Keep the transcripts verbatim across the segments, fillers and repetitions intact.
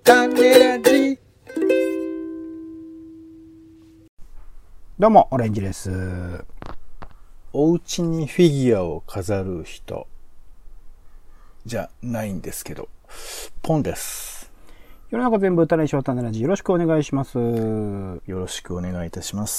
種ラジ。 どうもオレンジです。 お家にフィギュアを飾る人じゃないんですけど、ポンです。 世の中全部種にしよう種ラジ、よろしくお願いします。 よろしくお願いいたします。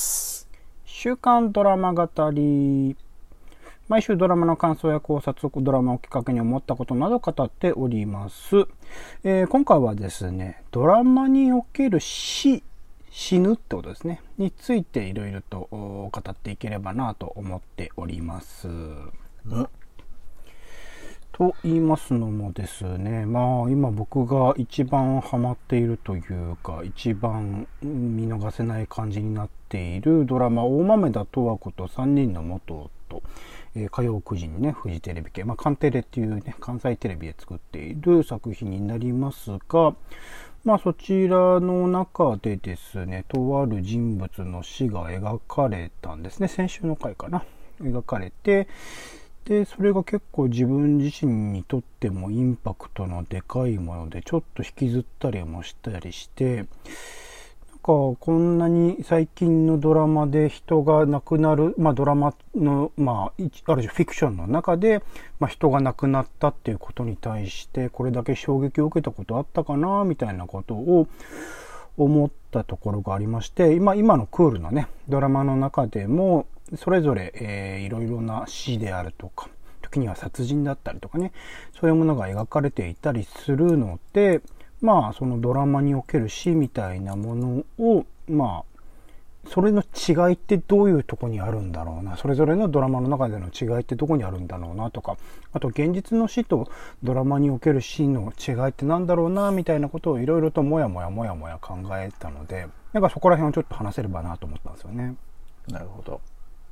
週刊ドラマ語り。毎週ドラマの感想や考察、ドラマをきっかけに思ったことなど語っております。えー、今回はですね、ドラマにおける死、死ぬってことですね、についていろいろと語っていければなと思っております。 うんと言いますのもですね、まあ今僕が一番ハマっているというか、一番見逃せない感じになっているドラマ、大豆田十和子とさんにんの元夫、えー、火曜くじにね、フジテレビ系、まあカンテレっていうね、関西テレビで作っている作品になりますが、まあそちらの中でですね、とある人物の死が描かれたんですね。先週の回かな。描かれて、で、それが結構自分自身にとってもインパクトのでかいもので、ちょっと引きずったりもしたりして、なんかこんなに最近のドラマで人が亡くなる、まあドラマの、まあ、ある種フィクションの中で、まあ人が亡くなったっていうことに対して、これだけ衝撃を受けたことあったかな、みたいなことを思ったところがありまして、今、今のクールなね、ドラマの中でも、それぞれ、えー、いろいろな死であるとか、時には殺人だったりとかね、そういうものが描かれていたりするので、まあ、そのドラマにおける死みたいなものを、まあ、それの違いってどういうとこにあるんだろうな、それぞれのドラマの中での違いってどこにあるんだろうなとか、あと現実の死とドラマにおける死の違いってなんだろうな、みたいなことをいろいろともやもやもやもや考えたので、なんかそこら辺をちょっと話せればなと思ったんですよね。 なるほど。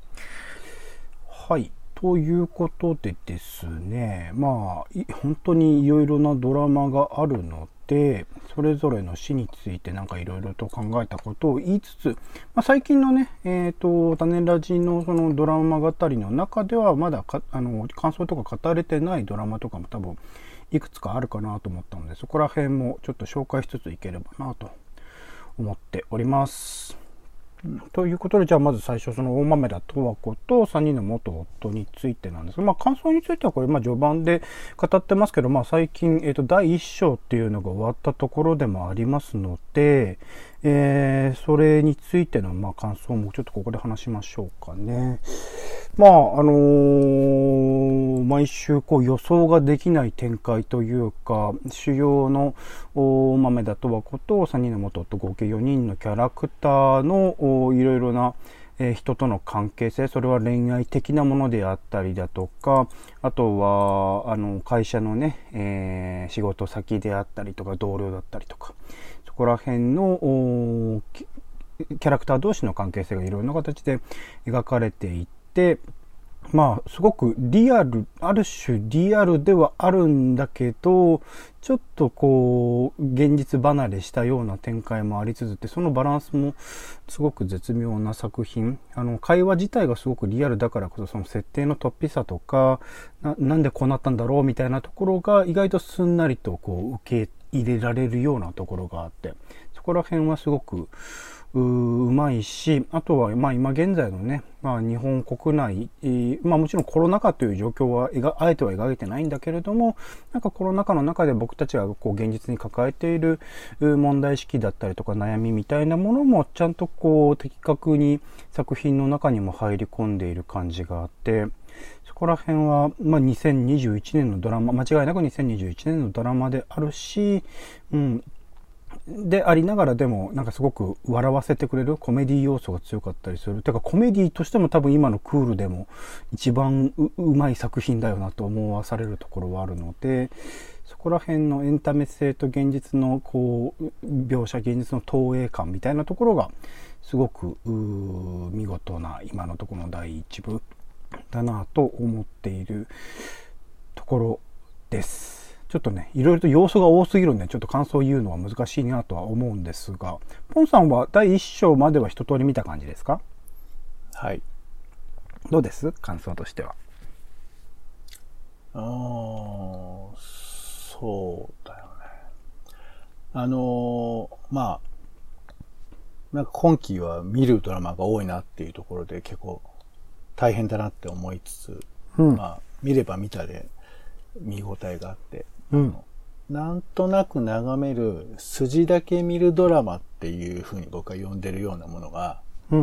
はい。ということでですね、まあ、本当にいろいろなドラマがあるので、それぞれの死についてなんかいろいろと考えたことを言いつつ、まあ、最近のね、えっと、種ラジのそのドラマ語りの中では、まだかあの感想とか語れてないドラマとかも多分いくつかあるかなと思ったので、そこら辺もちょっと紹介しつついければなと思っております。ということで、じゃあまず最初、その大豆田十和子とさんにんの元夫についてなんですが、まあ感想についてはこれ、まあ序盤で語ってますけど、まあ最近、えっと、だいいっ章っていうのが終わったところでもありますので、えー、それについての、まあ感想もちょっとここで話しましょうかね。まあ、あのー、毎週こう予想ができない展開というか、主要の大豆田十和子とさんにんの元夫合計よにんのキャラクターのいろいろな人との関係性、それは恋愛的なものであったりだとか、あとは、あの、会社のね、えー、仕事先であったりとか、同僚だったりとか、そこら辺のキャラクター同士の関係性がいろいろな形で描かれていて、でまあすごくリアル、ある種リアルではあるんだけど、ちょっとこう現実離れしたような展開もありつつって、そのバランスもすごく絶妙な作品。あの会話自体がすごくリアルだからこそ、その設定の突飛さとか な, なんでこうなったんだろうみたいなところが意外とすんなりとこう受け入れられるようなところがあって、そこら辺はすごくう, うまいし、あとはまあ今現在のね、まあ、日本国内、えー、まあもちろんコロナ禍という状況はあえては描いてないんだけれども、なんかコロナ禍の中で僕たちがこう現実に抱えている問題意識だったりとか悩みみたいなものもちゃんとこう的確に作品の中にも入り込んでいる感じがあって、そこら辺は、まあ、にせんにじゅういちねんのドラマ、間違いなくにせんにじゅういちねんのドラマであるし、うん、でありながら、でもなんかすごく笑わせてくれるコメディ要素が強かったりする。てかコメディとしても多分今のクールでも一番 う, うまい作品だよなと思わされるところはあるので、そこら辺のエンタメ性と現実のこう描写、現実の投影感みたいなところがすごく見事な今のところの第一部だなと思っているところです。ちょっとね、いろいろと要素が多すぎるんで、ちょっと感想を言うのは難しいなとは思うんですが、ポンさんはだいいっ章までは一通り見た感じですか？ はい。 どうです？感想としては。 ああ、そうだよね。 あのー、まあ、なんか今期は見るドラマが多いなっていうところで結構大変だなって思いつつ、うん、まあ、見れば見たで見応えがあって、うん、なんとなく眺める筋だけ見るドラマっていうふうに僕は呼んでるようなものが、うん、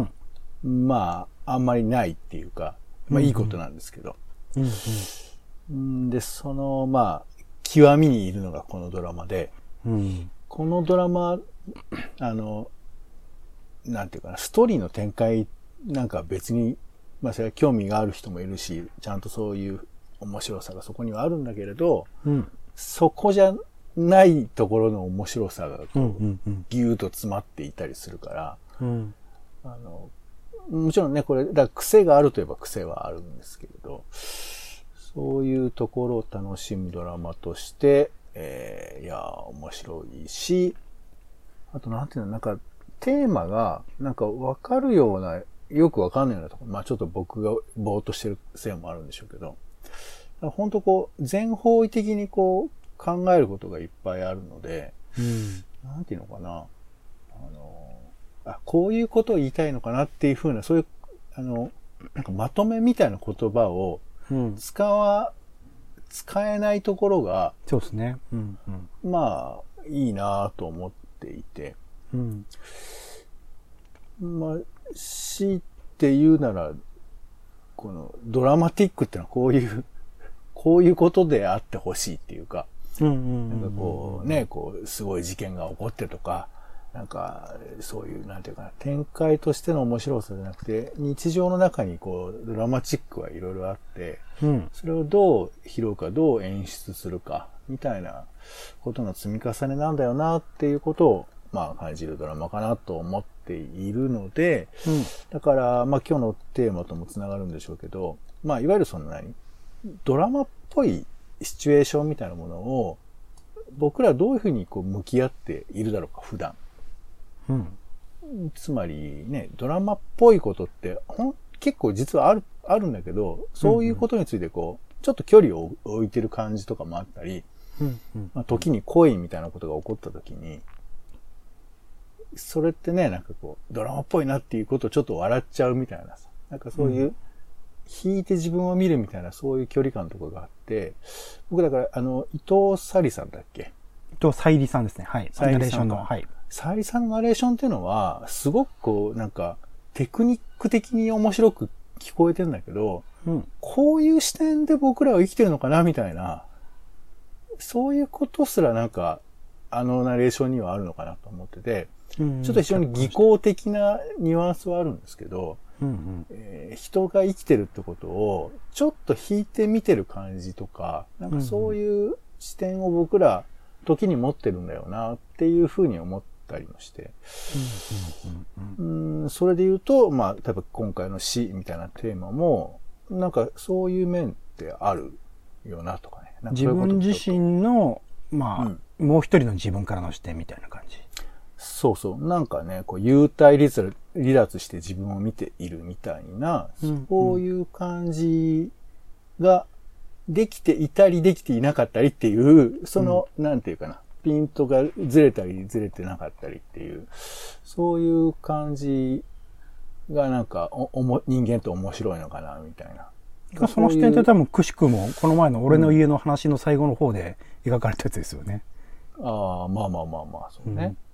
まあ、あんまりないっていうか、まあいいことなんですけど。うんうん、で、その、まあ、極みにいるのがこのドラマで、うん、このドラマ、あの、なんていうかな、ストーリーの展開なんか別に、まあそれは興味がある人もいるし、ちゃんとそういう面白さがそこにはあるんだけれど、うん、そこじゃないところの面白さがこう、うんうんうん、ギューッと詰まっていたりするから、うん、あのもちろんね、これ、だから癖があるといえば癖はあるんですけれど、そういうところを楽しむドラマとして、えー、いや、面白いし、あとなんていうの、なんか、テーマが、なんかわかるような、よくわかんないようなところ、まあちょっと僕がぼーっとしてるせいもあるんでしょうけど、本当こう、全方位的にこう、考えることがいっぱいあるので、うん、なんていうのかな、あの、あ、こういうことを言いたいのかなっていうふうな、そういう、あの、なんかまとめみたいな言葉を使わ、うん、使えないところが、 そうですね。うんうん、まあ、いいなと思っていて、うん、まあ、強いて言うなら、このドラマティックってのはこういう、こういうことであってほしいっていうか、なんかこうね、こう、すごい事件が起こってとか、なんか、そういう、なんていうかな、展開としての面白さじゃなくて、日常の中にこう、ドラマチックはいろいろあって、うん、それをどう拾うか、どう演出するか、みたいなことの積み重ねなんだよな、っていうことを、まあ、感じるドラマかなと思っているので、うん、だから、まあ、今日のテーマともつながるんでしょうけど、まあ、いわゆるその何、ドラマっぽいシチュエーションみたいなものを、僕らどういうふうにこう向き合っているだろうか、普段。うん、つまりね、ドラマっぽいことってほん結構実はある、あるんだけど、そういうことについてこう、ちょっと距離を置いてる感じとかもあったり、うんうんまあ、時に恋みたいなことが起こった時に、それってね、なんかこう、ドラマっぽいなっていうことをちょっと笑っちゃうみたいなさ、なんかそういう、引いて自分を見るみたいなそういう距離感のところがあって、僕だからあの、伊藤沙莉さんだっけ？ 伊藤沙莉さんですね。はい。ナレーションの。はい。 沙莉さんのナレーションっていうのは、すごくこう、なんか、テクニック的に面白く聞こえてるんだけど、うん、こういう視点で僕らは生きてるのかなみたいな、そういうことすらなんか、あのナレーションにはあるのかなと思ってて、うんうん、ちょっと非常に技巧的なニュアンスはあるんですけど、うんうんえー、人が生きてるってことをちょっと引いて見てる感じとか、なんかそういう視点を僕ら時に持ってるんだよなっていうふうに思ったりもして、うんうんうん、それで言うと、まあ、例えば今回の死みたいなテーマも、なんかそういう面ってあるよなとかね。なんか自分自身の、まあ、うん、もう一人の自分からの視点みたいな感じ。 そうそう。なんかね、こう、幽体離脱して自分を見ているみたいな、うん、そういう感じができていたりできていなかったりっていう、その、うん、なんていうかな、ピントがずれたりずれてなかったりっていう、そういう感じがなんかおおも、人間って面白いのかな、みたいな。 その視点って多分くしくも、この前の俺の家の話の最後の方で描かれたやつですよね。 うん、ああ、まあまあまあまあ、そうね。うん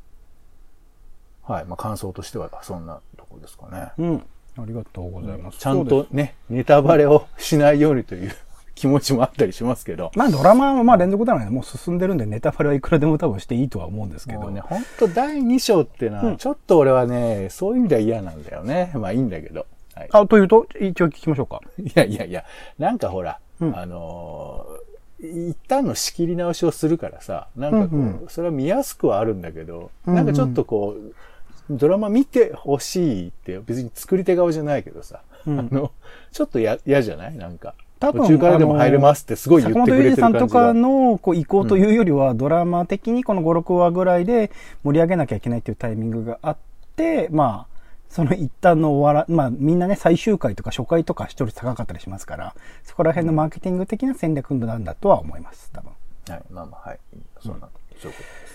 はい。まあ、感想としてはそんなところですかね。 うん。ありがとうございます。 ちゃんとね、ネタバレをしないようにという気持ちもあったりしますけど。 まあ、ドラマはまあ連続なのでもう進んでるんで、ネタバレはいくらでも多分していいとは思うんですけど。もうね、ほんとだいに章っていうのは、ちょっと俺はね、うん、そういう意味では嫌なんだよね。まあいいんだけど。はい、 あ、というと、一応聞きましょうか。 いやいやいや、なんかほら、うん、あのー、一旦の仕切り直しをするからさ、なんかこう、うんうん、それは見やすくはあるんだけど、うんうん、なんかちょっとこう、ドラマ見てほしいって別に作り手側じゃないけどさ、うん、あの、ちょっとや、嫌じゃないなんか。多分途中からでも入れますってすごい言ってくれてる感じが。 坂本龍二さんとかのこう意向というよりは、うん、ドラマ的にこのご、ろくわぐらいで盛り上げなきゃいけないっていうタイミングがあって、まあ、その一旦の終わら、まあみんなね、最終回とか初回とか視聴率高かったりしますから、そこら辺のマーケティング的な戦略なんだとは思います、多分。 はい、まあまあ、はい。そうなんだ。そういうことです。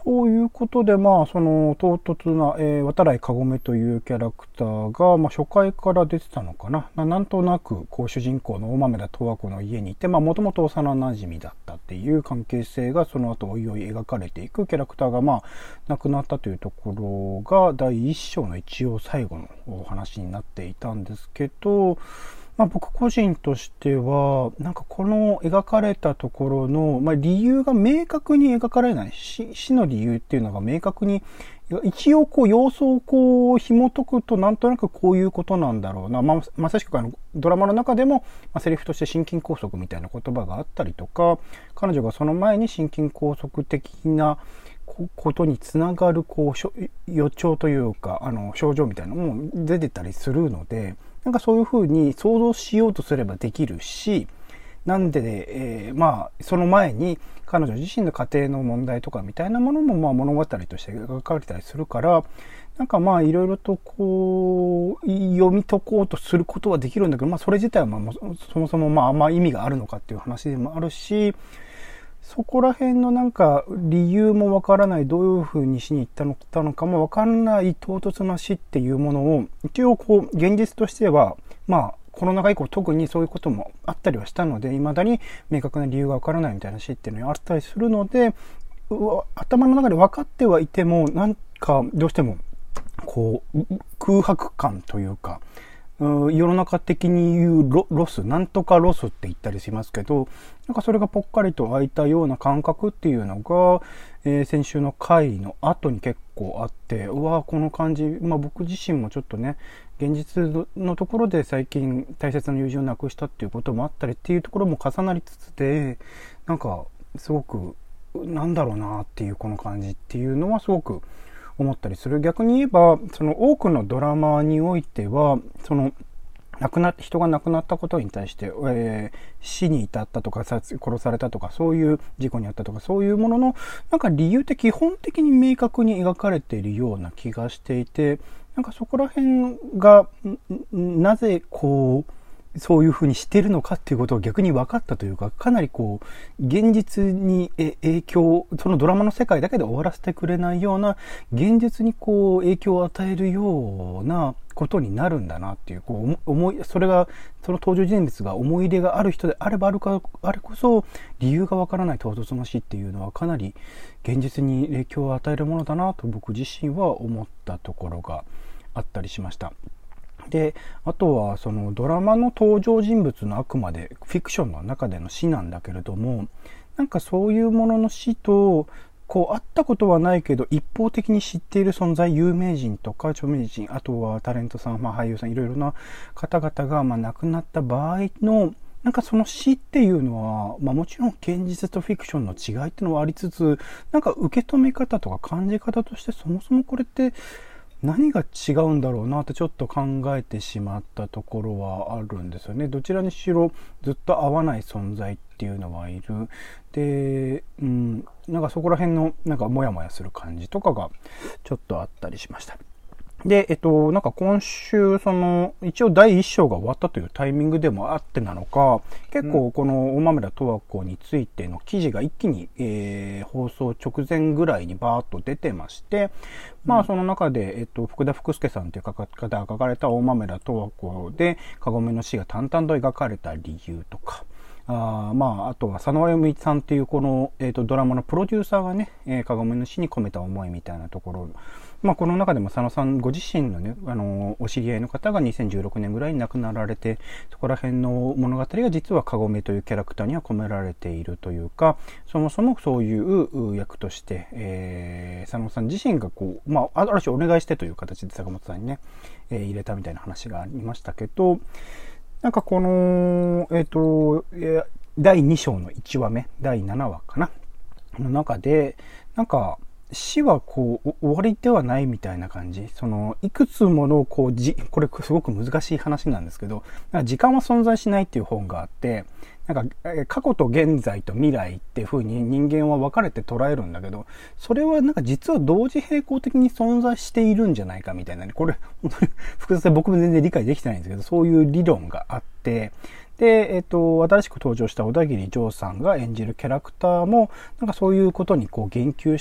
ということで、まあ、その、唐突な、えー、渡来かごめというキャラクターが、まあ、初回から出てたのかな。ななんとなく、こう、主人公の大豆田十和子の家にいて、まあ、もともと幼馴染だったっていう関係性が、その後、おいおい描かれていくキャラクターが、まあ、亡くなったというところが、だいいっ章の一応最後のお話になっていたんですけど、まあ、僕個人としては、なんかこの描かれたところの、まあ、理由が明確に描かれない、死、死の理由っていうのが明確に、一応こう要素をこう紐解くとなんとなくこういうことなんだろうな。まあ、まさしくあのドラマの中でも、まあ、セリフとして心筋梗塞みたいな言葉があったりとか、彼女がその前に心筋梗塞的なことにつながるこう予兆というか、あの症状みたいなのも出てたりするので、なんかそういうふうに想像しようとすればできるし、なんで、えー、まあ、その前に彼女自身の家庭の問題とかみたいなものもまあ物語として描かれたりするから、なんかまあいろいろとこう、読み解こうとすることはできるんだけど、まあそれ自体はまあそもそもまああんま意味があるのかっていう話でもあるし、そこら辺のなんか理由もわからない、どういうふうにしに行ったのかのかもわからない唐突な死っていうものを、一応こう現実としては、まあコロナ禍以降特にそういうこともあったりはしたので、未だに明確な理由がわからないみたいな死っていうのがあったりするので、頭の中で分かってはいても、なんかどうしてもこう空白感というか、世の中的に言う ロ, ロス、なんとかロスって言ったりしますけど、なんかそれがぽっかりと空いたような感覚っていうのが、えー、先週の回の後に結構あって、うわーこの感じ、まあ僕自身もちょっとね、現実のところで最近大切な友人を亡くしたっていうこともあったりっていうところも重なりつつで、なんかすごくなんだろうなっていうこの感じっていうのはすごく思ったりする。逆に言えば、その多くのドラマにおいては、その亡くな人が亡くなったことに対して、えー、死に至ったとか殺されたとか、そういう事故にあったとか、そういうもののなんか理由って基本的に明確に描かれているような気がしていて、なんかそこら辺がなぜこうそういうふうにしているのかっていうことを逆に分かったというか、かなりこう現実に影響、そのドラマの世界だけで終わらせてくれないような、現実にこう影響を与えるようなことになるんだなっていう、こう思い、それがその登場人物が思い入れがある人であればあるか、あれこそ理由が分からない唐突な死っていうのはかなり現実に影響を与えるものだなと僕自身は思ったところがあったりしました。で、あとはそのドラマの登場人物のあくまでフィクションの中での死なんだけれども、なんかそういうものの死と、こう会ったことはないけど一方的に知っている存在、有名人とか著名人、あとはタレントさん、まあ、俳優さん、いろいろな方々がまあ亡くなった場合のなんかその死っていうのは、まあもちろん現実とフィクションの違いっていうのはありつつ、なんか受け止め方とか感じ方としてそもそもこれって何が違うんだろうなってちょっと考えてしまったところはあるんですよね。どちらにしろずっと会わない存在っていうのはいる。で、うん、なんかそこら辺のなんかモヤモヤする感じとかがちょっとあったりしました。で、えっと、なんか今週、その、一応だいいっ章が終わったというタイミングでもあってなのか、結構この大豆田十和子についての記事が一気に、えー、放送直前ぐらいにバーッと出てまして、まあその中で、えっと、福田福助さんという方が書かれた大豆田十和子で、かごめの死が淡々と描かれた理由とか、あまあ、あとは佐野あゆみさんっていうこの、えー、とドラマのプロデューサーがね、えー、かごめの死に込めた思いみたいなところ、まあこの中でも佐野さんご自身のね、あのお知り合いの方がにせんじゅうろくねんぐらいに亡くなられて、そこら辺の物語が実はかごめというキャラクターには込められているというか、そもそもそういう役として、えー、佐野さん自身がこう、まあある種お願いしてという形で坂本さんにね、えー、入れたみたいな話がありましたけど、なんかこの、えっと、だいに章のいちわめ、だいななわかなの中で、なんか、死はこう、終わりではないみたいな感じ。その、いくつもの、こう、じ、これすごく難しい話なんですけど、なんか時間は存在しないっていう本があって、なんか、過去と現在と未来っていう風に人間は分かれて捉えるんだけど、それはなんか実は同時並行的に存在しているんじゃないかみたいなね、これ、本当に複雑で僕も全然理解できてないんですけど、そういう理論があって、で、えっと、新しく登場した小田切丈さんが演じるキャラクターも、なんかそういうことにこう言及して、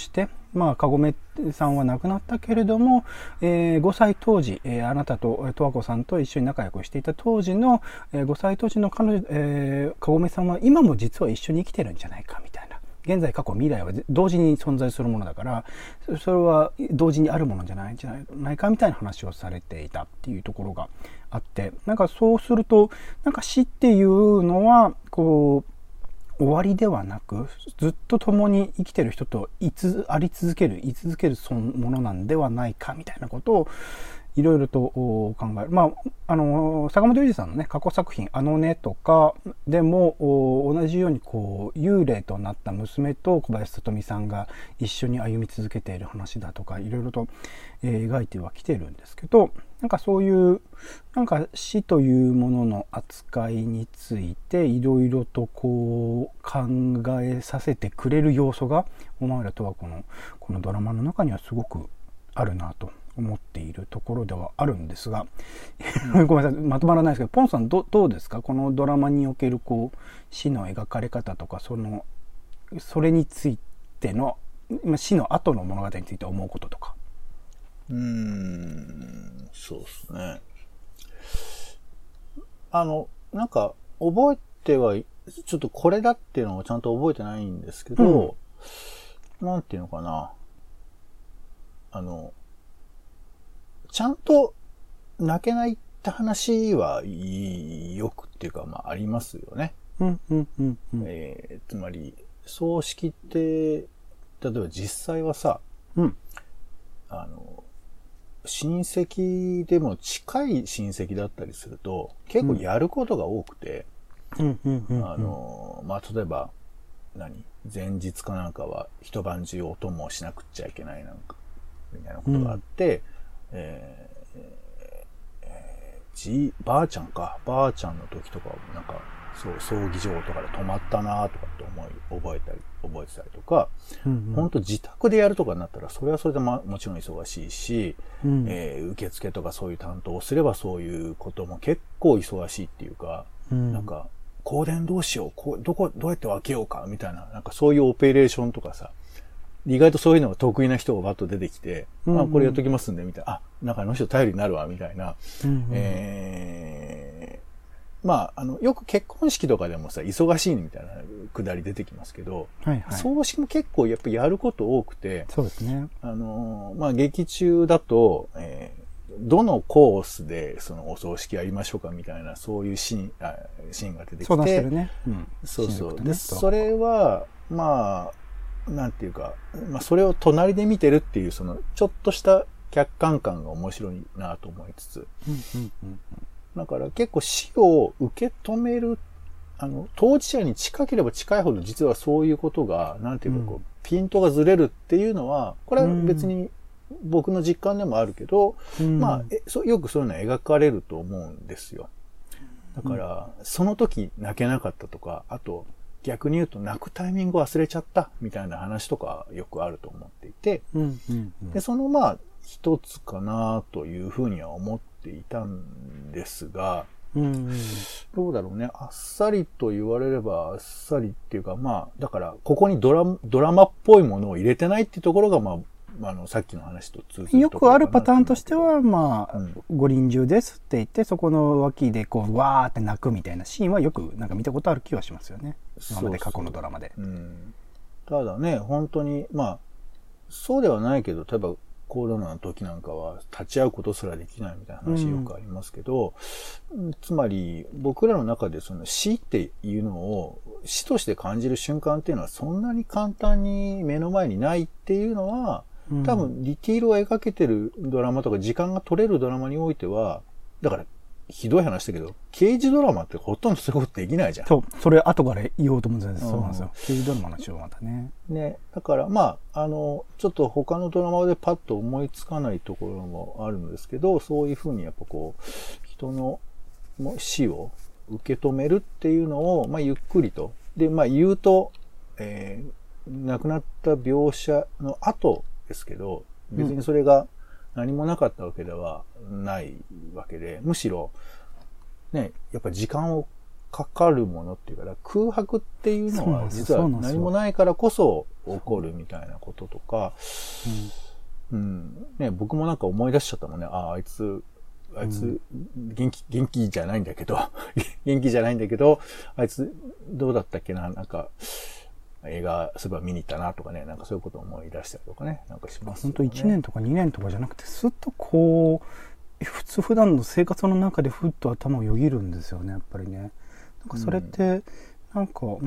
まあ、かごめさんは亡くなったけれども、えー、ごさい当時、えー、あなたと十和子さんと一緒に仲良くしていた当時の、えー、ごさい当時の彼女、えー、かごめさんは今も実は一緒に生きてるんじゃないかみたいな。現在、過去、未来は同時に存在するものだから、それは同時にあるものじゃないんじゃないかみたいな話をされていたっていうところがあって、なんかそうすると、なんか死っていうのは、こう、終わりではなく、ずっと共に生きてる人といつあり続ける、居続けるそのものなんではないかみたいなことをいろいろと考える。まあ、あの、坂本龍二さんのね、過去作品、あのねとかでも同じようにこう、幽霊となった娘と小林聡美さんが一緒に歩み続けている話だとか、いろいろと、えー、描いてはきてるんですけど、なんかそういう、なんか死というものの扱いについていろいろとこう考えさせてくれる要素が、お前らとはこの、このドラマの中にはすごくあるなと思っているところではあるんですが、ごめんなさい、まとまらないですけど、ポンさんど、どうですか？このドラマにおけるこう、死の描かれ方とか、その、それについての、死の後の物語について思うこととか。 うーん、そうですね。あの、なんか、覚えては、ちょっとこれだっていうのをちゃんと覚えてないんですけど、うん、なんていうのかな。あの、ちゃんと泣けないって話はいいよくっていうか、まあありますよね。 うんうんうんうん、 えー、つまり、葬式って、例えば実際はさ、 うん、 あの、親戚でも近い親戚だったりすると、結構やることが多くて、あの、まあ、例えば、何前日かなんかは一晩中お供をしなくっちゃいけないなんか、みたいなことがあって、うん、えーえー、じ、ばあちゃんか、ばあちゃんの時とかなんか、そう、葬儀場とかで泊まったなとかって思い、覚えたり、覚えてたりとか、うんうん、本当自宅でやるとかになったら、それはそれでま、もちろん忙しいし、うん、えー、受付とかそういう担当をすればそういうことも結構忙しいっていうか、うん、なんか、香典どうしよう、こう、どこ、どうやって分けようか、みたいな、なんかそういうオペレーションとかさ、意外とそういうのが得意な人がバッと出てきて、うんうん、あ、これやっときますんで、みたいな、あ、なんかあの人頼りになるわ、みたいな、うんうん、えーまあ、あの、よく結婚式とかでもさ、忙しいみたいなくだり出てきますけど、はいはい、葬式も結構やっぱりやること多くて、 そうですね。 あの、まあ、劇中だと、えー、どのコースでそのお葬式やりましょうかみたいな、そういうシーン、あシーンが出てきて、 そうしてるね。うん、 そうそう。で、それは、まあ、なんていうか、まあ、それを隣で見てるっていう、その、ちょっとした客観感が面白いなと思いつつ、うんうんうんうんだから結構死を受け止める、あの、当事者に近ければ近いほど実はそういうことが、なんていうかこう、うん、ピントがずれるっていうのは、これは別に僕の実感でもあるけど、うん、まあえそ、よくそういうのは描かれると思うんですよ。だから、うん、その時泣けなかったとか、あと逆に言うと泣くタイミング忘れちゃったみたいな話とかよくあると思っていて、うんうんうん、で、そのまあ、一つかなというふうには思ってていたんですが、うんうん、どうだろうね。あっさりと言われればあっさりっていうか、まあ、だから、ここにドラ、ドラマっぽいものを入れてないっていうところが、まあ、あの、さっきの話と通ずるよくあるパターンとしては、まあ、うん、ご臨終ですって言って、そこの脇でこう、わーって泣くみたいなシーンはよくなんか見たことある気はしますよね。今まで過去のドラマで。 そうそううん、ただね、本当に、まあ、そうではないけど、例えば、コロナの時なんかは立ち会うことすらできないみたいな話よくありますけど、うん、つまり僕らの中でその死っていうのを死として感じる瞬間っていうのはそんなに簡単に目の前にないっていうのは、多分ディティールを描けてるドラマとか時間が取れるドラマにおいては、だからひどい話だけど、刑事ドラマってほとんどそういうことできないじゃん。 そう。それ後から言おうと思うんですよ。そうなんですよ。刑事ドラマの章またね。 ね。だから、まあ、あの、ちょっと他のドラマでパッと思いつかないところもあるんですけど、そういうふうにやっぱこう、人の死を受け止めるっていうのを、まあ、ゆっくりと。で、まあ、言うと、えー、亡くなった描写の後ですけど、別にそれが、うん何もなかったわけではないわけで、むしろ、ね、やっぱ時間をかかるものっていうか、空白っていうのは実は何もないからこそ起こるみたいなこととか、うんうんね、僕もなんか思い出しちゃったもんね。ああ、あいつ、あいつ、元気、元気じゃないんだけど、元気じゃないんだけど、あいつどうだったっけな、なんか、映画すば見に行ったなとかね、なんかそういうことを思い出したりとかね、なんかしますよね。 本当いちねんとかにねんとかじゃなくて、すっとこう、普通普段の生活の中でふっと頭をよぎるんですよね、やっぱりね。なんかそれって、うん、なんか、うん、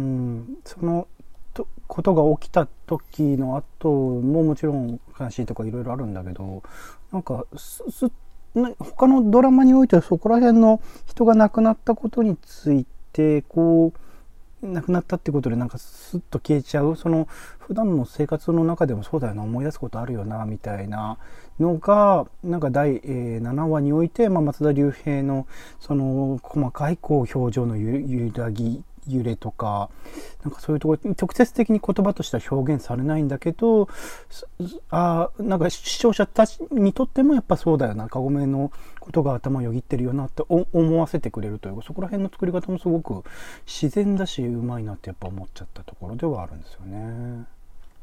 そのとことが起きた時の後ももちろん悲しいとかいろいろあるんだけど、なんかすす他のドラマにおいてはそこら辺の人が亡くなったことについてこう亡くなったってことでなんかスッと消えちゃう、その普段の生活の中でもそうだよな、思い出すことあるよなみたいなのがなんかだいななわにおいて、まあ、松田龍平のその細かいこう表情の揺らぎ揺れとか、なんかそういうところ直接的に言葉としては表現されないんだけど、あなんか視聴者たちにとってもやっぱそうだよな、カゴメのことが頭をよぎってるよなって思わせてくれるというか、そこら辺の作り方もすごく自然だしうまいなってやっぱ思っちゃったところではあるんですよね。うん、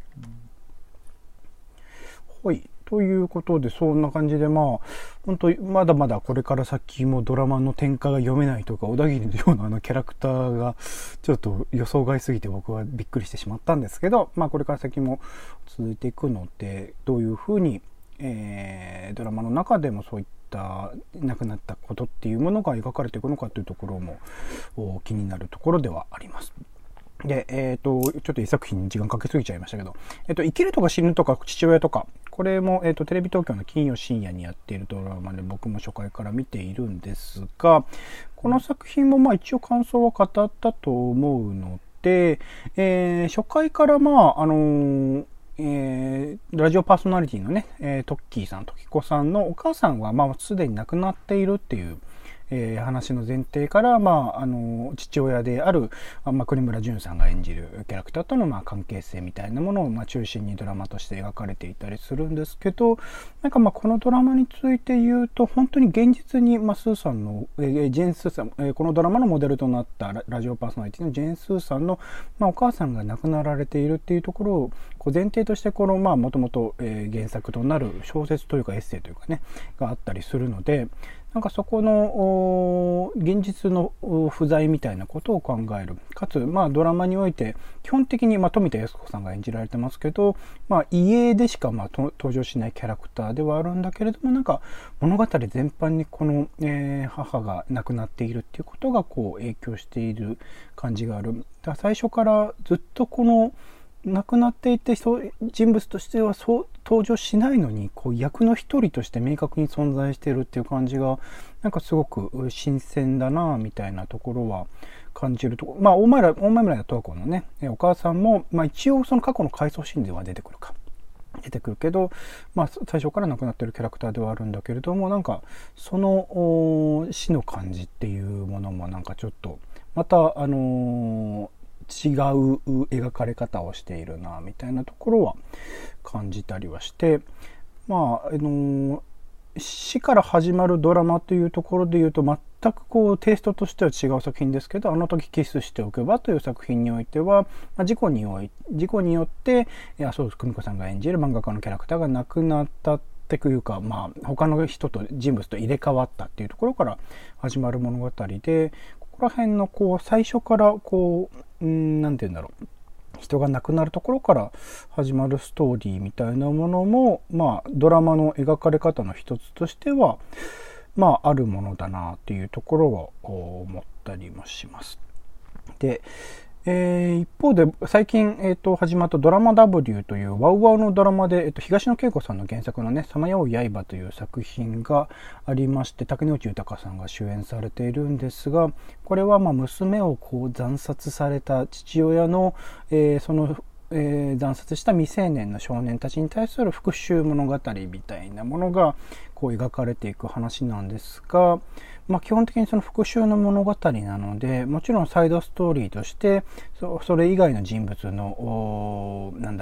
はいということで、そんな感じで、まあ本当まだまだこれから先もドラマの展開が読めないとか、小田切のようなあのキャラクターがちょっと予想外すぎて僕はびっくりしてしまったんですけど、まあこれから先も続いていくので、どういうふうに、えー、ドラマの中でもそういった亡くなったことっていうものが描かれていくのかというところも気になるところではあります。で、えっと、ちょっと一作品に時間かけすぎちゃいましたけど、えっと、生きるとか死ぬとか父親とか、これも、えっと、テレビ東京の金曜深夜にやっているドラマで僕も初回から見ているんですが、この作品もまあ一応感想は語ったと思うので、えー、初回からまあ、あのーえー、ラジオパーソナリティのね、えー、トッキーさん、トキコさんのお母さんはまあすでに亡くなっているっていう、えー、話の前提から、まあ、あの父親である、まあ、栗村淳さんが演じるキャラクターとの、まあ、関係性みたいなものを、まあ、中心にドラマとして描かれていたりするんですけど、なんかまあこのドラマについて言うと本当に現実に、まあ、スーさんの、えー、ジェーン・スーさん、えー、このドラマのモデルとなったラ、ラジオパーソナリティのジェーン・スーさんの、まあ、お母さんが亡くなられているっていうところをこう前提として、このまあもともと原作となる小説というかエッセイというかねがあったりするので、なんかそこの現実の不在みたいなことを考える。かつ、まあドラマにおいて基本的に、まあ富田靖子さんが演じられてますけど、まあ家でしかまあ登場しないキャラクターではあるんだけれども、なんか物語全般にこの、えー、母が亡くなっているっていうことがこう影響している感じがある。だから最初からずっとこの亡くなっていてそう人物としてはそう登場しないのに、こう役の一人として明確に存在しているっていう感じがなんかすごく新鮮だなみたいなところは感じるところ。まあ大前大前村十和子のねお母さんも、まあ、一応その過去の回想シーンでは出てくるか出てくるけど、まあ、最初から亡くなっているキャラクターではあるんだけれども、なんかその死の感じっていうものもなんかちょっとまたあのー違う描かれ方をしているなみたいなところは感じたりはして、まああの死から始まるドラマというところでいうと全くこうテイストとしては違う作品ですけど、あの時キスしておけばという作品においては、まあ、事故におい事故によって麻生久美子さんが演じる漫画家のキャラクターが亡くなったっていうか、まあ他の人と人物と入れ替わったっていうところから始まる物語で、ここら辺のこう最初からこううんなんて言うんだろう、人が亡くなるところから始まるストーリーみたいなものも、まあドラマの描かれ方の一つとしてはまああるものだなっていうところを思ったりもします。で、えー、一方で最近、えー、と始まったドラマ ダブリュー というワウワウのドラマで、えー、と東野圭吾さんの原作のねさまよう刃という作品がありまして、竹野内豊さんが主演されているんですが、これはまあ娘をこう惨殺された父親の、えー、そのえー、惨殺した未成年の少年たちに対する復讐物語みたいなものがこう描かれていく話なんですが、まあ、基本的にその復讐の物語なので、もちろんサイドストーリーとして そ, それ以外の人物のなんだろう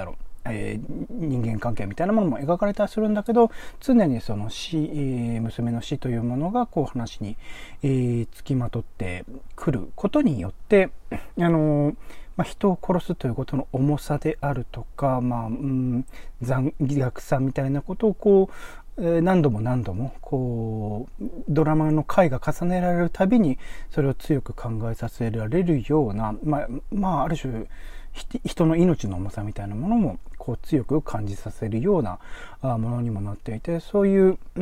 えー、人間関係みたいなものも描かれたりするんだけど、常にその死、えー、娘の死というものがこう話に、えー、つきまとってくることによって、あのーまあ、人を殺すということの重さであるとか、まあ、うん、残虐さみたいなことをこう、えー、何度も何度もこうドラマの回が重ねられるたびにそれを強く考えさせられるような、まあ、まあ、ある種人の命の重さみたいなものもこう強く感じさせるようなものにもなっていて、そういう、うん、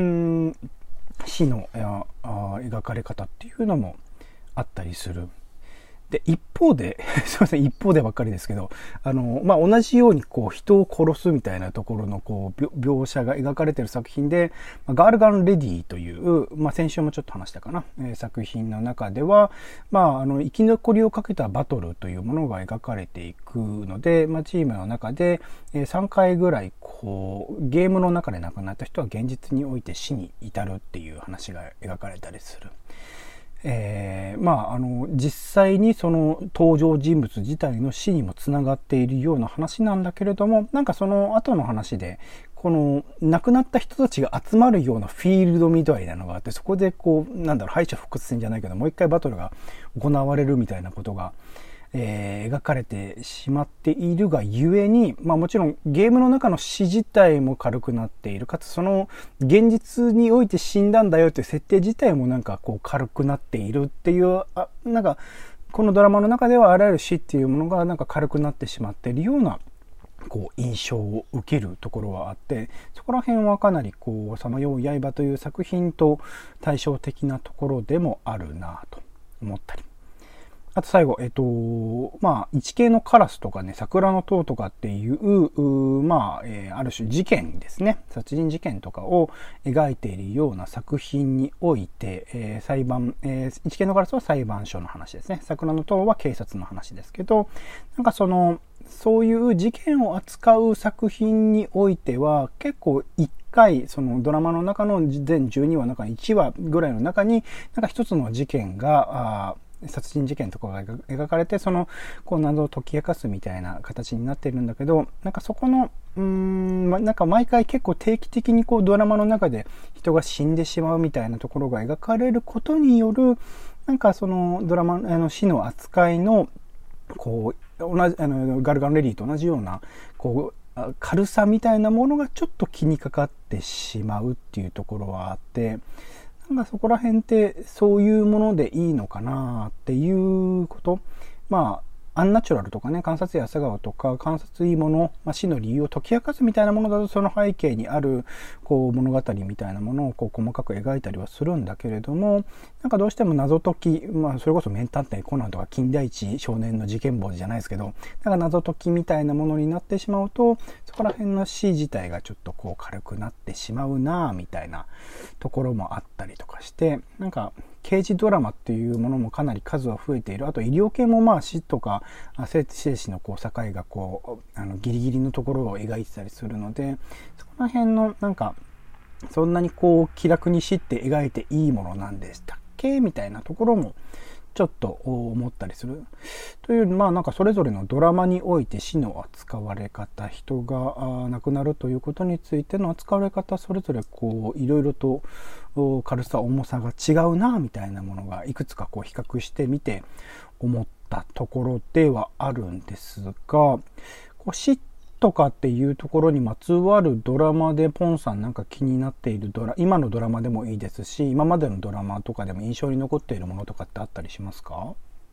死の描かれ方っていうのもあったりする。で、一方で、すいません、一方でばっかりですけど、あの、まあ、同じようにこう人を殺すみたいなところのこう描写が描かれている作品で、ガールガンレディという、まあ、先週もちょっと話したかな、えー、作品の中では、まあ、あの、生き残りをかけたバトルというものが描かれていくので、まあ、チームの中で、えー、さんかいぐらい、こう、ゲームの中で亡くなった人は現実において死に至るっていう話が描かれたりする。えー、まあ、あの、実際にその登場人物自体の死にもつながっているような話なんだけれども、なんかその後の話で、この亡くなった人たちが集まるようなフィールドみたいなのがあって、そこでこう、なんだろう、敗者復活戦じゃないけど、もう一回バトルが行われるみたいなことが、えー、描かれてしまっているがゆえに、まあもちろんゲームの中の死自体も軽くなっている。かつその現実において死んだんだよっていう設定自体もなんかこう軽くなっているっていう、あ、なんかこのドラマの中ではあらゆる死っていうものがなんか軽くなってしまっているようなこう印象を受けるところはあって、そこら辺はかなりこうさまよう刃という作品と対照的なところでもあるなと思ったり。あと最後、えっと、まあ、一系のカラスとかね、桜の塔とかっていう、うまあ、えー、ある種事件ですね。殺人事件とかを描いているような作品において、えー、裁判、えー、一系のカラスは裁判所の話ですね。桜の塔は警察の話ですけど、なんかその、そういう事件を扱う作品においては、結構一回、そのドラマの中の全じゅうにわの中にいちわぐらいの中に、なんか一つの事件が、あ殺人事件とかが描かれて、その、こう謎を解き明かすみたいな形になってるんだけど、なんかそこの、うーん、なんか毎回結構定期的にこうドラマの中で人が死んでしまうみたいなところが描かれることによる、なんかそのドラマの死の扱いの、こう、同じ、あの、ガルガンレディと同じような、こう、軽さみたいなものがちょっと気にかかってしまうっていうところはあって、なんかそこら辺ってそういうものでいいのかなっていうこと。まあ、アンナチュラルとかね、観察や朝顔とか観察いいもの、まあ、死の理由を解き明かすみたいなものだと、その背景にあるこう物語みたいなものをこう細かく描いたりはするんだけれども、なんかどうしても謎解き、まあそれこそ名探偵コナンとか金田一少年の事件簿じゃないですけど、なんか謎解きみたいなものになってしまうと、そこら辺の死自体がちょっとこう軽くなってしまうなぁみたいなところもあったりとかして、なんか刑事ドラマっていうものもかなり数は増えている。あと医療系もまあ死とか生死のこう境がこうあのギリギリのところを描いてたりするので、そこら辺のなんかそんなにこう気楽に死って描いていいものなんでしたっけみたいなところもちょっと思ったりする。という、まあなんかそれぞれのドラマにおいて死の扱われ方、人が亡くなるということについての扱われ方、それぞれこういろいろと軽さ、重さが違うなみたいなものがいくつかこう比較してみて思ったところではあるんですが、こう死とかっていうところにまつわるドラマでポンさんなんか気になっているドラ今のドラマでもいいですし、今までのドラマとかでも印象に残っているものとかってあったりしますか？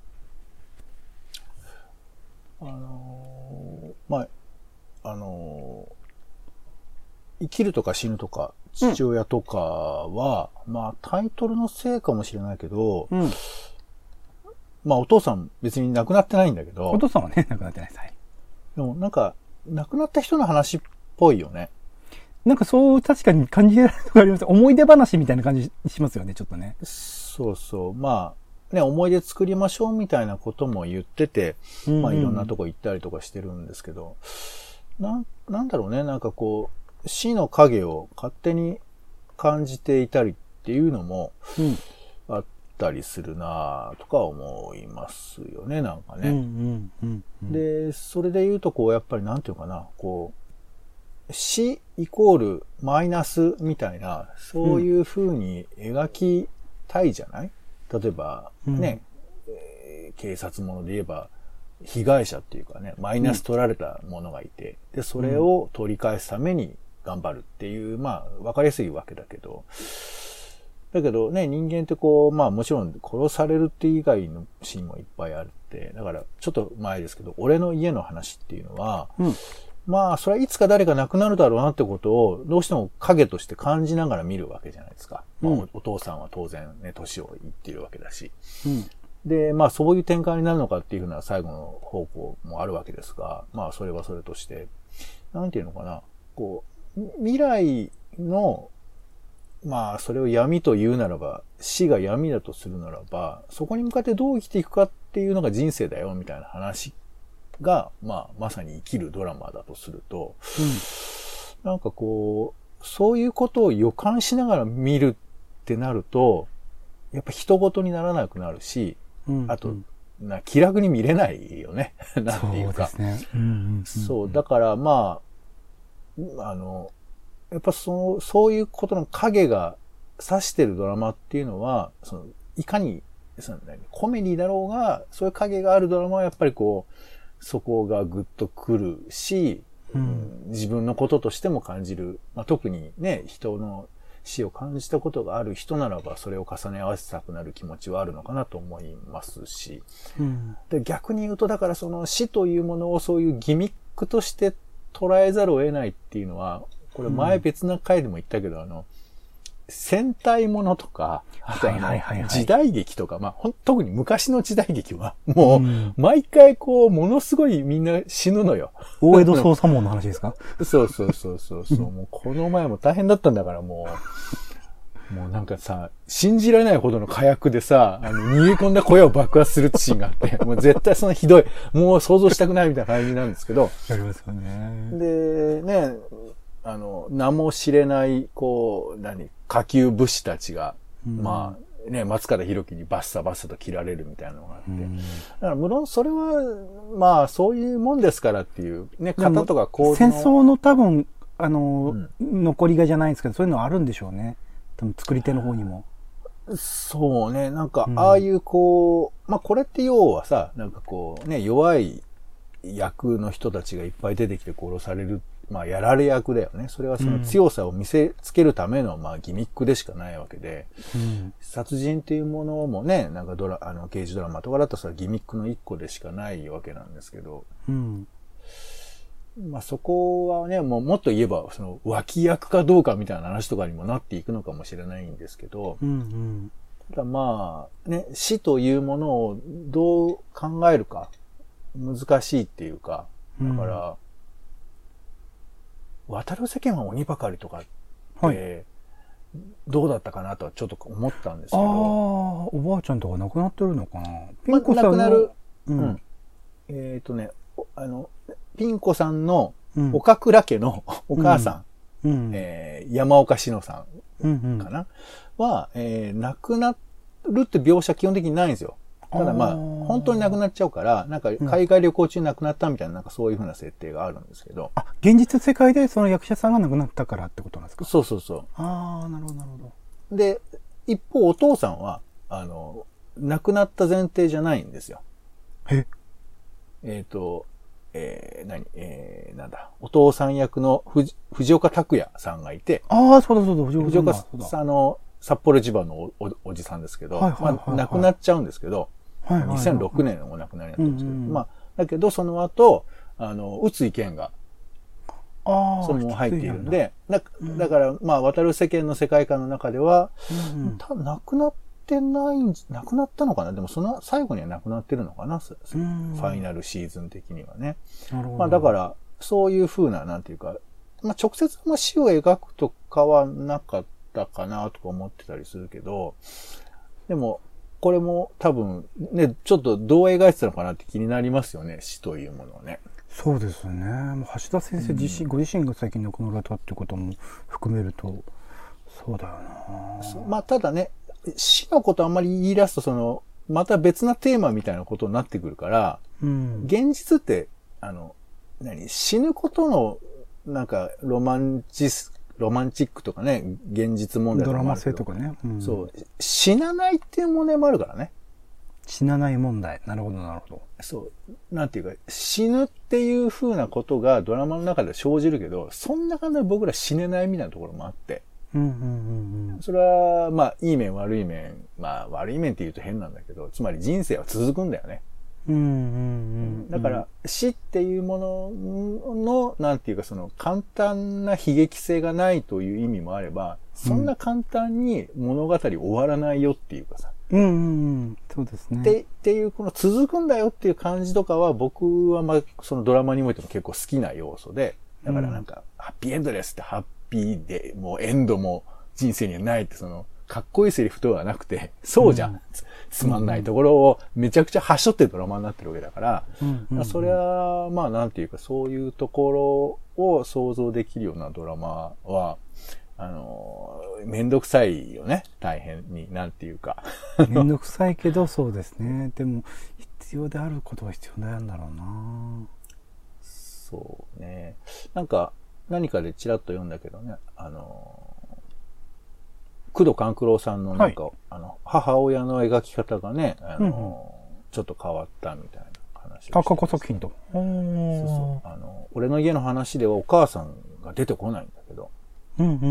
あのー、まああのー、生きるとか死ぬとか父親とかは、うん、まあタイトルのせいかもしれないけど、うん、まあお父さん別に亡くなってないんだけど、 お父さんはね亡くなってないです。はい。 でもなんか亡くなった人の話っぽいよね。 なんかそう確かに感じられるのがあります。思い出話みたいな感じしますよね、ちょっとね。 そうそう。まあね、思い出作りましょうみたいなことも言ってて、うんうん、まあいろんなとこ行ったりとかしてるんですけど、な、なんだろうね、なんかこう死の影を勝手に感じていたりっていうのもあったりするなとか思いますよね、なんかね。 うんうんうんうん、 で、それで言うとこうやっぱりなんていうかな、こ死イコールマイナスみたいな、そういう風に描きたいじゃない？例えば、ね、うん、えー、警察もので言えば、被害者っていうかね、マイナス取られたものがいて、うん、で、それを取り返すために頑張るっていう、まあ、わかりやすいわけだけど、だけどね、人間ってこう、まあもちろん殺されるって以外のシーンもいっぱいあるって、だからちょっと前ですけど、俺の家の話っていうのは、うん、まあそれはいつか誰か亡くなるだろうなってことをどうしても影として感じながら見るわけじゃないですか。うん、まあ、お父さんは当然ね、年をいっているわけだし。うん、で、まあそういう展開になるのかっていうふうな最後の方向もあるわけですが、まあそれはそれとして、なんていうのかな、こう、未来のまあ、それを闇と言うならば、死が闇だとするならば、そこに向かってどう生きていくかっていうのが人生だよ、みたいな話が、まあ、まさに生きるドラマだとすると、うん、なんかこう、そういうことを予感しながら見るってなると、やっぱ人事にならなくなるし、うんうん、あと、な気楽に見れないよね。なんていうか。そうですね。うんうんうんうん、そう、だからまあ、あの、やっぱその、そういうことの影が指してるドラマっていうのは、その、いかに、そのコメディだろうが、そういう影があるドラマはやっぱりこう、そこがグッとくるし、うん、自分のこととしても感じる。まあ、特にね、人の死を感じたことがある人ならば、それを重ね合わせたくなる気持ちはあるのかなと思いますし。うん、で逆に言うと、だからその死というものをそういうギミックとして捉えざるを得ないっていうのは、これ前別な回でも言ったけど、うん、あの、戦隊ものとか、あとあの、時代劇とか、まあ、ほん、特に昔の時代劇は、もう、うん、毎回こう、ものすごいみんな死ぬのよ。 大江戸捜査網の話ですか？ そうそうそうそうそう。もうこの前も大変だったんだから、もう、もうなんかさ、信じられないほどの火薬でさ、あの、逃げ込んだ小屋を爆発するってシーンがあって、もう絶対そんなひどい、もう想像したくないみたいな感じなんですけど。 やりますよね。 で、ね、あの、名も知れない、こう、何、下級武士たちが、うん、まあ、ね、松方弘樹にバッサバッサと切られるみたいなのがあって。うん、だから無論それは、まあ、そういうもんですからっていう、ね、型とか構図の。戦争の多分、あの、うん、残りがじゃないんですけど、そういうのあるんでしょうね。多分作り手の方にも。 そうね、なんか、ああいうこう、うん、まあ、これって要はさ、なんかこう、ね、弱い役の人たちがいっぱい出てきて殺される。まあ、やられ役だよね。それはその強さを見せつけるための、まあ、ギミックでしかないわけで、うん、殺人っていうものもね、なんかドラ、あの、刑事ドラマとかだとそれギミックの一個でしかないわけなんですけど、うん、まあ、そこはね、もうもっと言えば、その、脇役かどうかみたいな話とかにもなっていくのかもしれないんですけど、うんうん、ただまあ、ね、死というものをどう考えるか、難しいっていうか、だから、うん渡る世間は鬼ばかりとかって、はい、どうだったかなとはちょっと思ったんですけど。ああ、 おばあちゃんとか亡くなってるのかな？ ピンコさんの、ま、亡くなる。うん。うん、えっ、ー、とね、あの、ピンコさんの岡倉家のお母さん、うんうん、えー、山岡志乃さんかな、うんうん、は、えー、亡くなるって描写基本的にないんですよ。ただまあ、本当に亡くなっちゃうから、なんか海外旅行中に亡くなったみたいな、なんかそういう風な設定があるんですけど。 あ、現実世界でその役者さんが亡くなったからってことなんですか？ そうそうそう。 ああ、なるほど、なるほど。で、一方お父さんは、あの、亡くなった前提じゃないんですよ。 ええっ、ー、と、えー、何えー、なんだ。お父さん役の藤藤岡拓也さんがいて。 ああ、そうだそうだ、 藤岡さん、あの、札幌地場の お, お, おじさんですけど、はいはいはいはい、まあ、亡くなっちゃうんですけど、はいはいはい、にせんろくねんお亡くなりになったんですけど、うんうん、まあ、だけどその後、あの、宇津井健が、あその入っているんで、だ, だから、まあ、渡る世間の世界観の中では、うんうん、多分亡くなってないん、亡くなったのかなでもその最後には亡くなってるのかな、うん、ファイナルシーズン的にはね。なるほど。まあ、だから、そういう風な、なんていうか、まあ、直接まあ死を描くとかはなかったかなとか思ってたりするけど、でも、これも多分ね、ちょっとどう描いてたのかなって気になりますよね、死というものをね。 そうですね。もう橋田先生自身、うん、ご自身が最近亡くなられたってことも含めると、そうだよな。 まあただね、死のことあんまり言い出すと、その、また別なテーマみたいなことになってくるから、うん、現実って、あの、何、死ぬことのなんか、ロマンチス、ロマンチックとかね、現実問題とかもあるけど。 ドラマ性とかね。 うん、そう。死なないっていう問題もあるからね。 死なない問題。なるほど、なるほど。 そう。なんていうか、死ぬっていう風なことがドラマの中で生じるけど、そんな感じで僕ら死ねないみたいなところもあって。 うんうんうんうん。 それは、まあ、いい面悪い面、まあ、悪い面って言うと変なんだけど、つまり人生は続くんだよね。 うんうんうん。 だから、死っていうものの、なんていうかその簡単な悲劇性がないという意味もあれば、そんな簡単に物語終わらないよっていうかさ。 うんうんうん。そうですね。 って、っていう、この続くんだよっていう感じとかは、僕はまあ、そのドラマにおいても結構好きな要素で、だからなんか、ハッピーエンドですって、ハッピーで、もうエンドも人生にはないって、その、かっこいいセリフではなくて、そうじゃん。うん、つ, つまんないところをめちゃくちゃはしょってるドラマになってるわけだから、うんうんうん、それは、まあなんていうか、そういうところを想像できるようなドラマは、あの、めんどくさいよね。大変に、なんていうか。 めんどくさいけど、そうですね。でも、必要であることは必要なんだろうな。 そうね。なんか、何かでちらっと読んだけどね、あの、工藤官九郎さんのなんか、はい、あの、母親の描き方がね、あの、うんうん、ちょっと変わったみたいな話をして、ね。 過去作品と。 そうそう。あの、俺の家の話ではお母さんが出てこないんだけど、 うんうんうんうん、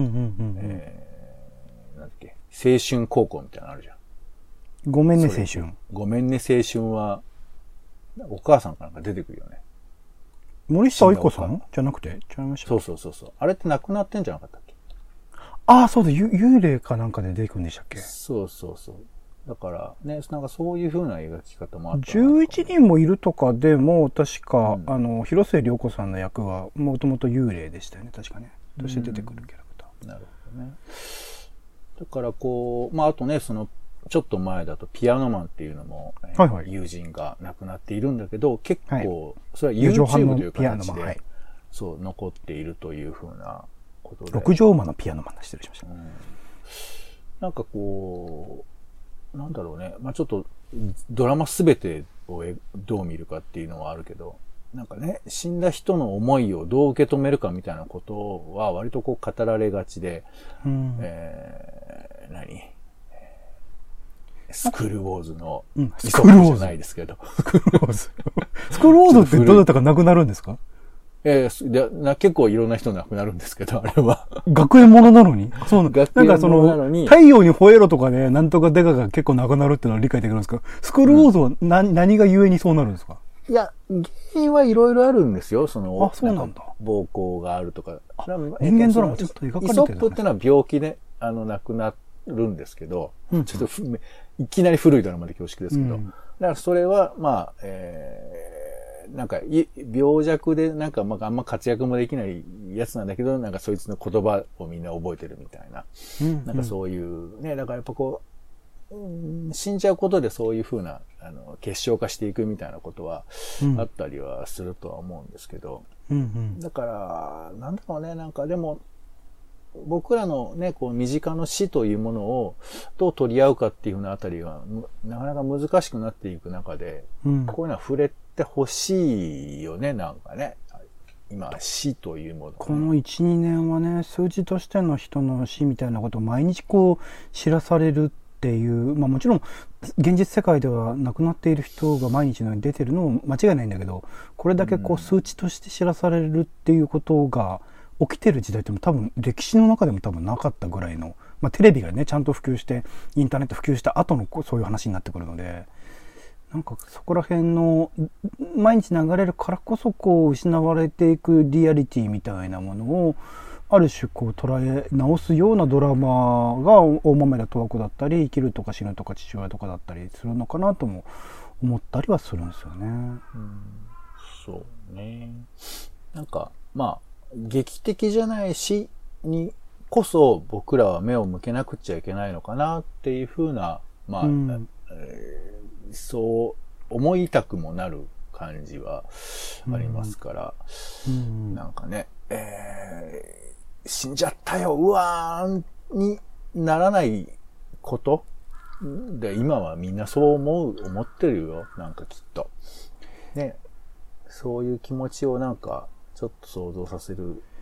えー、なんだっけ、青春高校みたいなのあるじゃん。 ごめんね青春。 ごめんね青春は、お母さんかなんか出てくるよね。 森下愛子さんじゃなくて違いました？ そうそうそうそう。あれって亡くなってんじゃなかったっけ？ ああ、そうだ、幽霊かなんかで出てくるんでしたっけ？ そうそうそう。だからね、なんかそういう風な描き方もあった。 じゅういちにんもいるとかでも、確か、うん、あの、広末涼子さんの役は、もともと幽霊でしたよね、確かね。として出てくるキャラクター。 なるほどね。だからこう、まああとね、その、ちょっと前だとピアノマンっていうのも、はいはい、友人が亡くなっているんだけど、結構、はい、それは YouTube という形で、はい、そう、残っているという風なことで。 六畳間のピアノマン失礼しました。うん、 なんかこう、なんだろうね。まあちょっと、ドラマすべてをどう見るかっていうのはあるけど、なんかね、死んだ人の思いをどう受け止めるかみたいなことは割とこう語られがちで、うん、えー、何スクールウォーズの、 うん、スクールウォーズじゃないですけど。 スクールウォーズ。スクールウォーズってどうだったかなくなるんですか？ えー、でな結構いろんな人亡くなるんですけど、あれは。 学園ものなのにそうなの。なんかその、太陽に吠えろとかね、なんとかデカが結構亡くなるっていうのは理解できるんですか？スクールウォーズは何、うん、何がゆえにそうなるんですか？ いや、原因はいろいろあるんですよ。その、 あ、そうなんだ。 暴行があるとか。 人間ドラマちょっと描かれてる、ね。 イソップってのは病気で、あの、亡くなるんですけど、うん、ちょっといきなり古いドラマで恐縮ですけど、うん、だからそれは、まあ、えー、なんか、病弱で、なんか、まあ、あんま活躍もできないやつなんだけど、なんかそいつの言葉をみんな覚えてるみたいな。うん、なんかそういう、ね、だからやっぱこう、死んじゃうことでそういうふうな、あの、結晶化していくみたいなことはあったりはするとは思うんですけど、 うんうん、 だから、なんだろうね、なんかでも、僕らのね、こう、身近の死というものをどう取り合うかっていうふうなあたりは、なかなか難しくなっていく中で、うん、こういうのは触れてほしいよね、なんかね。今、死というもの、ね。 このいち、にねんはね、数字としての人の死みたいなことを毎日こう、知らされるっていう、まあもちろん、現実世界では亡くなっている人が毎日のように出てるのも間違いないんだけど、これだけこう、数値として知らされるっていうことが、起きてる時代っても多分歴史の中でも多分なかったぐらいの、まあ、テレビがねちゃんと普及してインターネット普及した後のそういう話になってくるので、なんかそこら辺の毎日流れるからこそこう失われていくリアリティみたいなものをある種こう捉え直すようなドラマが大豆田十和子だったり生きるとか死ぬとか父親とかだったりするのかなとも思ったりはするんですよね。うん、 そうね。なんかまあ劇的じゃない死にこそ僕らは目を向けなくちゃいけないのかなっていうふうな、まあ、うんえー、そう思いたくもなる感じはありますから、うんうん、なんかね、えー、死んじゃったよ、うわーにならないことで、今はみんなそう思う、思ってるよ、なんかきっと。ね、そういう気持ちをなんか、ちょっと想像させる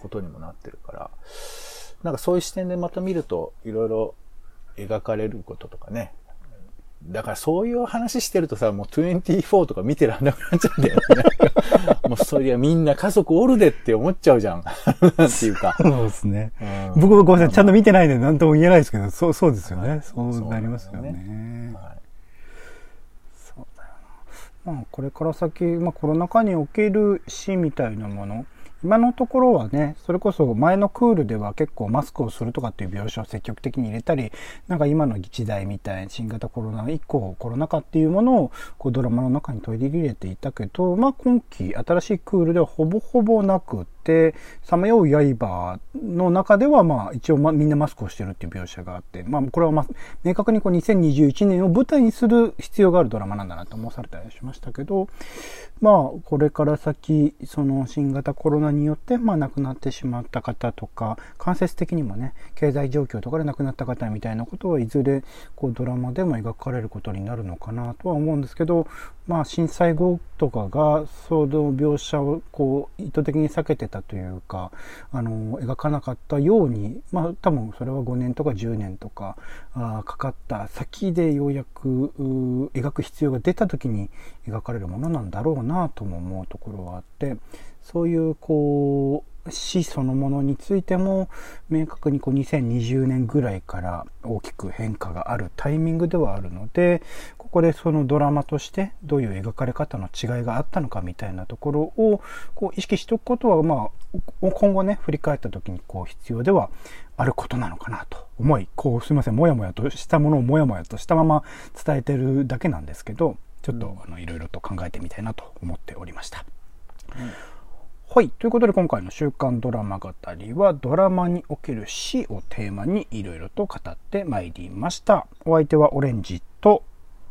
ことにもなってるから、なんかそういう視点でまた見ると、いろいろ描かれることとかね。だからそういう話してるとさ、もうにじゅうよんとか見てらんなくなっちゃうんだよね。もうそりゃみんな家族おるでって思っちゃうじゃん。なんていうか。 そうですね。うん、僕ごめんなさい、ちゃんと見てないんで何とも言えないですけど、そう、そうですよね。はい、そうなりますよね。そうね、はい、そうだよな。まあこれから先、まあコロナ禍における死みたいなもの、今のところはね、それこそ前のクールでは結構マスクをするとかっていう描写を積極的に入れたり、なんか今の時代みたいに新型コロナ以降、コロナ禍っていうものをこうドラマの中に取り入れていたけど、まあ今期新しいクールではほぼほぼなくて、さまよう刃の中ではまあ一応、ま、みんなマスクをしてるっていう描写があって、まあこれはまあ明確にこうにせんにじゅういちねんを舞台にする必要があるドラマなんだなと思わされたりしましたけど、まあこれから先その新型コロナによってまあ亡くなってしまった方とか、間接的にもね経済状況とかで亡くなった方みたいなことはいずれこうドラマでも描かれることになるのかなとは思うんですけど、まあ震災後とかがその描写をこう意図的に避けてたというか、あの描かなかったように、まあ多分それはごねんとかじゅうねんとかあかかった先でようやく描く必要が出た時に描かれるものなんだろうなとも思うところはあって、そういうこう死そのものについても明確にこうにせんにじゅうねんぐらいから大きく変化があるタイミングではあるので、ここでそのドラマとしてどういう描かれ方の違いがあったのかみたいなところをこう意識しておくことは、まあ今後ね振り返った時にこう必要ではあることなのかなと思い、こうすいませんもやもやとしたものをもやもやとしたまま伝えてるだけなんですけど、ちょっとあのいろいろと考えてみたいなと思っておりました。うん、はい。ということで今回の週刊ドラマ語りはドラマにおける死をテーマにいろいろと語ってまいりました。お相手はオレンジと、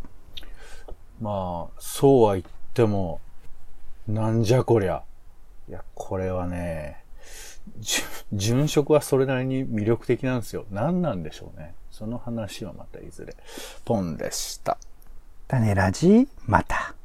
まあそうは言ってもなんじゃこりゃ。いやこれはね、殉職はそれなりに魅力的なんですよ。何なんでしょうね。その話はまたいずれ。ポンでした。 種ラジまた。